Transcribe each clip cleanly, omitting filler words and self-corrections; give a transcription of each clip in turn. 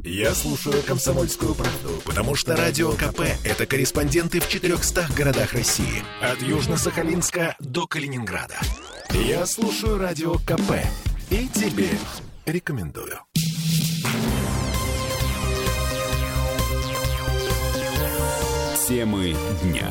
Я слушаю «Комсомольскую правду», потому что Радио КП – это корреспонденты в 400 городах России. От Южно-Сахалинска до Калининграда. Я слушаю Радио КП и тебе рекомендую. Темы дня.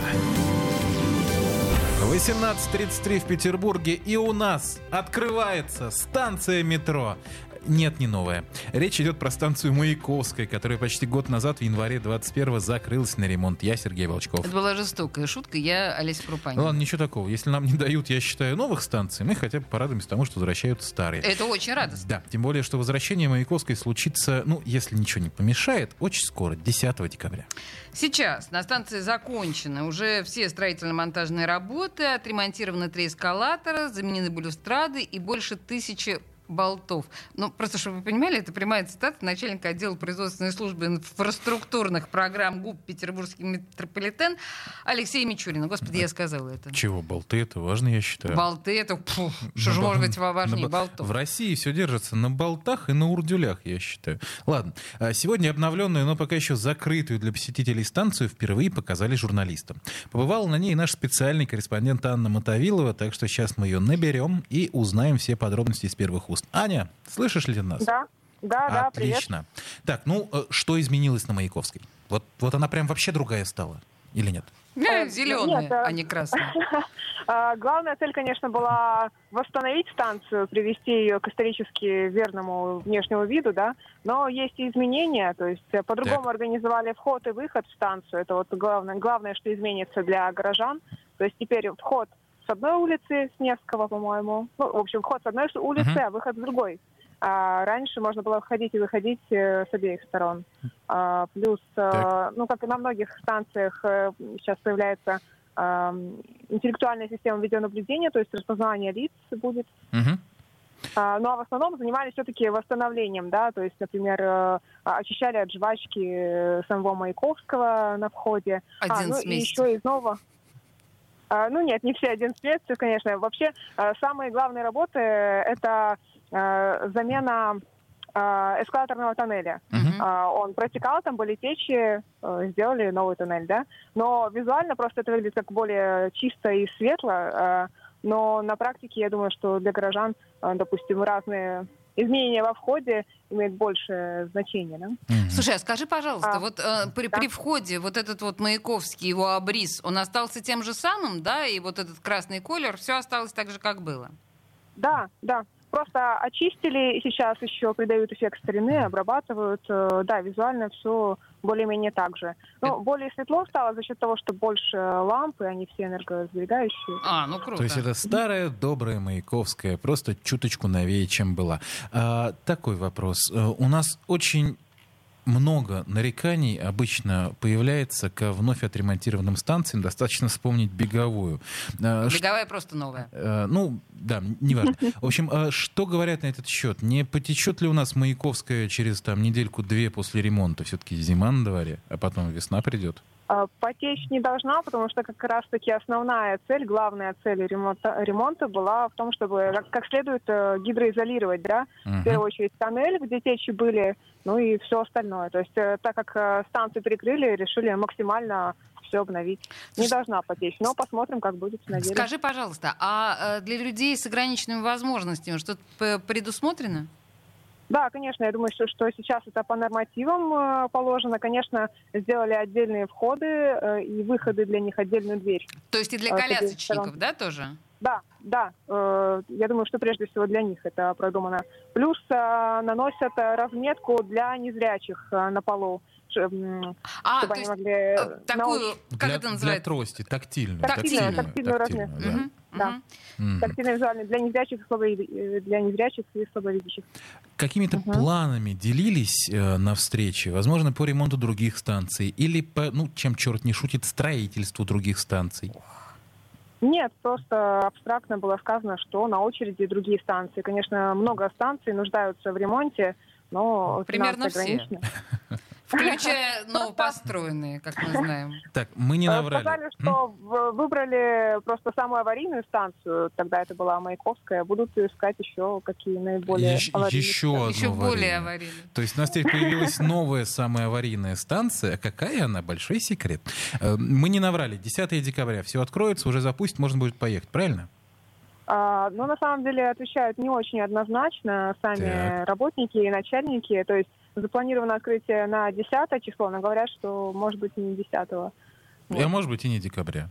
18:33 в Петербурге, и у нас открывается станция метро. Нет, не новая. Речь идет про станцию Маяковская, которая почти год назад, в январе 21-го, закрылась на ремонт. Я Сергей Волчков. Это была жестокая шутка, я Олеся Крупанина. Ну ладно, ничего такого. Если нам не дают, я считаю, новых станций, мы хотя бы порадуемся тому, что возвращают старые. Это очень радостно. Да, тем более, что возвращение Маяковской случится, если ничего не помешает, очень скоро, 10 декабря. Сейчас на станции закончены уже все строительно-монтажные работы, отремонтированы 3 эскалатора, заменены балюстрады и больше 1000 болтов. Просто, чтобы вы понимали, это прямая цитата начальника отдела производственной службы инфраструктурных программ ГУП «Петербургский метрополитен» Алексея Мичурина. Господи, я сказала это. Чего? Болты — это важно, я считаю. Болты — это... Что же может быть важнее болтов? В России все держится на болтах и на урдюлях, я считаю. Ладно. Сегодня обновленную, но пока еще закрытую для посетителей станцию впервые показали журналистам. Побывала на ней наш специальный корреспондент Анна Мотовилова, так что сейчас мы ее наберем и узнаем все подробности из первых уст. Аня, слышишь ли ты нас? Да, Отлично. Так, что изменилось на Маяковской? Вот она прям вообще другая стала или нет? Зеленая, а не красная. Главная цель, конечно, была восстановить станцию, привести ее к исторически верному внешнему виду, да. Но есть и изменения, то есть по-другому организовали вход и выход в станцию. Это вот главное, что изменится для горожан. То есть теперь вход с одной улицы, с Невского, по-моему. Вход с одной улицы, а выход с другой. Раньше можно было входить и выходить с обеих сторон. Плюс, как и на многих станциях, сейчас появляется интеллектуальная система видеонаблюдения, то есть распознавание лиц будет. Но в основном занимались все-таки восстановлением, да, то есть, например, очищали от жвачки самого Маяковского на входе. И еще из нового. Нет, не все 11 месяцев, конечно. Вообще, самые главные работы — это замена эскалаторного тоннеля. Он протекал, там были течи, сделали новый тоннель, да. Но визуально просто это выглядит как более чисто и светло. Но на практике, я думаю, что для горожан, допустим, разные изменения во входе имеют большее значение, да? Слушай, а скажи, пожалуйста, при входе вот этот вот Маяковский, его обрис, он остался тем же самым, да? И вот этот красный колер, все осталось так же, как было? Да. Просто очистили, и сейчас еще придают эффект старины, обрабатывают. Да, визуально все более-менее так же. Но более светло стало за счет того, что больше ламп, и они все энергосберегающие. Круто. То есть это старая, добрая Маяковская, просто чуточку новее, чем была. Такой вопрос. У нас очень много нареканий обычно появляется к вновь отремонтированным станциям. Достаточно вспомнить Беговую. Беговая просто новая. Да, неважно. В общем, что говорят на этот счет? Не потечет ли у нас Маяковская через недельку-две после ремонта? Все-таки зима на дворе, а потом весна придет. Потечь не должна, потому что как раз-таки основная цель, главная цель ремонта была в том, чтобы как следует гидроизолировать, да, в первую очередь тоннель, где течи были, и все остальное. То есть так как станцию перекрыли, решили максимально все обновить. Не должна потечь, но посмотрим, как будет на деле. Скажи, пожалуйста, а для людей с ограниченными возможностями что-то предусмотрено? Да, конечно, я думаю, что сейчас это по нормативам положено. Конечно, сделали отдельные входы и выходы для них, отдельную дверь. То есть и для колясочников, да, тоже? Да. Я думаю, что прежде всего для них это продумано. Плюс наносят разметку для незрячих на полу. Чтобы они могли... Такую, как это называется? Для трости, тактильную. Тактильную разметку. Да. Тактильно визуально для незрячих и слабовидящих. Какими-то планами делились на встрече, возможно, по ремонту других станций или по, чем черт не шутит, строительству других станций? Нет, просто абстрактно было сказано, что на очереди другие станции. Конечно, много станций нуждаются в ремонте, но примерно ограничены. Включая новопостроенные, как мы знаем. Так, мы не наврали. Сказали, что выбрали просто самую аварийную станцию, тогда это была Маяковская, будут искать еще какие наиболее аварийные. Еще более аварийные. То есть у нас теперь появилась новая самая аварийная станция. Какая она? Большой секрет. Мы не наврали. 10 декабря все откроется, уже запустить, можно будет поехать, правильно? Но на самом деле отвечают не очень однозначно сами работники и начальники. То есть запланировано открытие на 10 число, но говорят, что может быть и не 10-го. А может быть и не декабря.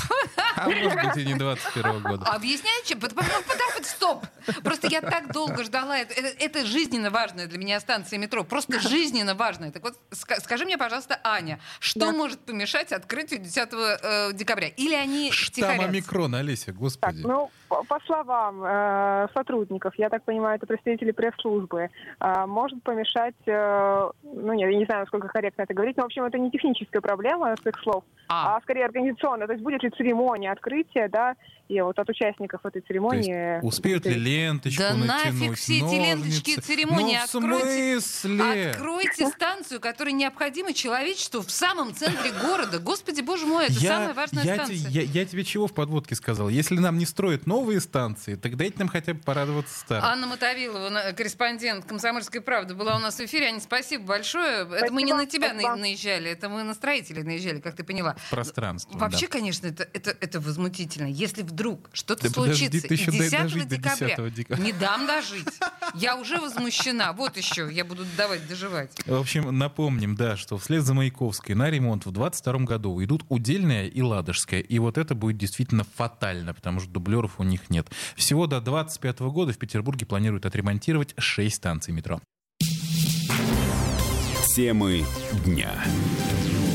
А может быть и не 21 года. Объясняю, чем? Стоп! Просто я так долго ждала. Это жизненно важная для меня станция метро. Просто жизненно важная. Так вот, скажи мне, пожалуйста, Аня, что может помешать открытию 10 декабря? Или они штамм втихарятся? Омикрон, Олеся, господи. Так, по словам сотрудников, я так понимаю, это представители пресс-службы, может помешать, я не знаю, насколько корректно это говорить, но, в общем, это не техническая проблема, с их слов, а скорее организационная. То есть будет ли церемония открытия, да, и вот от участников этой церемонии... Успеют ли ленточку натянуть, нафиг все эти ленточки и церемонии. В смысле? Откройте станцию, которая необходима человечеству в самом центре города. Господи, боже мой, это самая важная станция. Я тебе чего в подводке сказал? Если нам не строят новые станции, так дайте нам хотя бы порадоваться старым. Анна Мотовилова, корреспондент «Комсомольской правды», была у нас в эфире. Аня, спасибо большое. Это мы не на тебя наезжали, это мы на строителей наезжали, как ты поняла. Пространство. Вообще, конечно, это возмутительно. Если вдруг что-то подожди, случится ты еще 10 декабря, 10 декабря, не дам дожить. Я уже возмущена. Вот еще я буду давать доживать. В общем, напомним, что вслед за Маяковской на ремонт в 2022 году уйдут Удельная и Ладожская. И вот это будет действительно фатально, потому что дублеров у них нет. Всего до 2025 года в Петербурге планируют отремонтировать 6 станций метро. Темы дня.